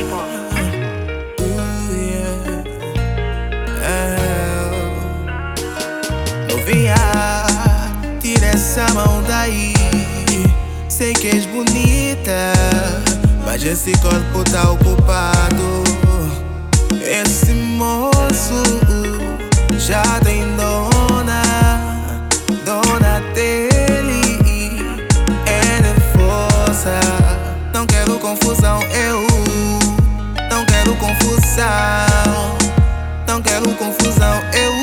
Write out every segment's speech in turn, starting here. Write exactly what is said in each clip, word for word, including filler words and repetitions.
Novinha, tira essa mão daí. Sei que és bonita, mas esse corpo tá ocupado. Esse moço já tem dona, dona dele é nervosa. Não quero confusão, eu não quero confusão. Não quero confusão, eu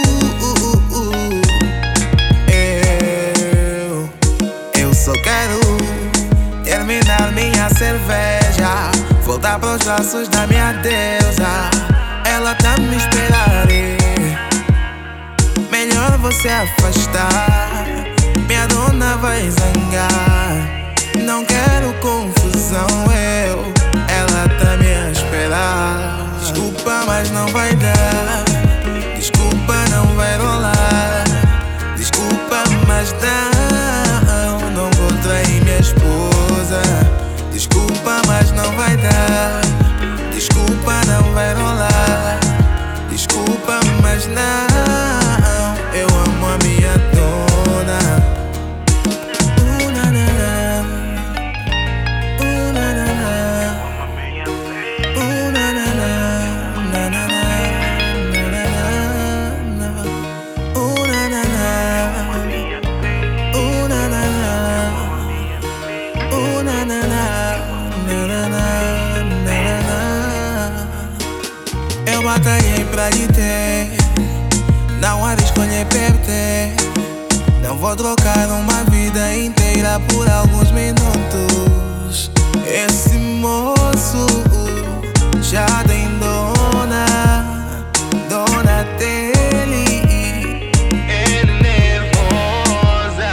Eu, eu só quero terminar minha cerveja, voltar pros braços da minha deusa. Ela tá me esperando. Melhor você afastar, minha dona vai zangar. Não quero confusão, eu, ela tá me esperar. Desculpa, mas não vai dar. Desculpa, não vai rolar. Desculpa, mas não, não vou trair minha esposa. Desculpa, mas não vai dar. Desculpa, não vai rolar. Desculpa, mas não, eu amo a minha dona. Uh, na, na, na. Uh, na, na, na. Uh, na, na, na. Na, na, na. Na, na, na. Uh, na, na, na. Uh, na, na, na. Uh, na, na, na. Na, na, na. Na, na. Eu batalhei pra lhe ter, não há de escolher perder. Não vou trocar uma vida inteira por alguns minutos. Esse moço já tem dona, dona dele é nervosa.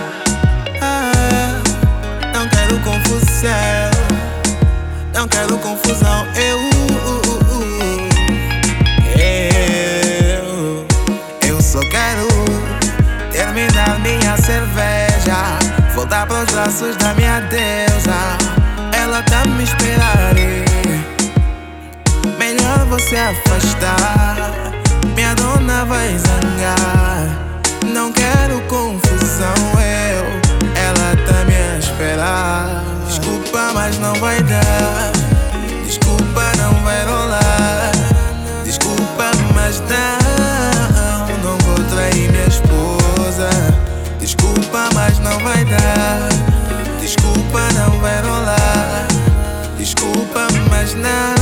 Ah, não quero confusão, não quero confusão, eu Só quero terminar minha cerveja, voltar pros braços da minha deusa. Ela tá me esperando. Melhor você afastar, minha dona vai zangar. Não quero confusão, eu, ela tá me esperar. Desculpa, mas não vai dar. Desculpa, não vai rolar. Desculpa, mas não, não vou trair minha esposa. Desculpa, mas não vai dar. Desculpa, não vai rolar. Desculpa, mas não.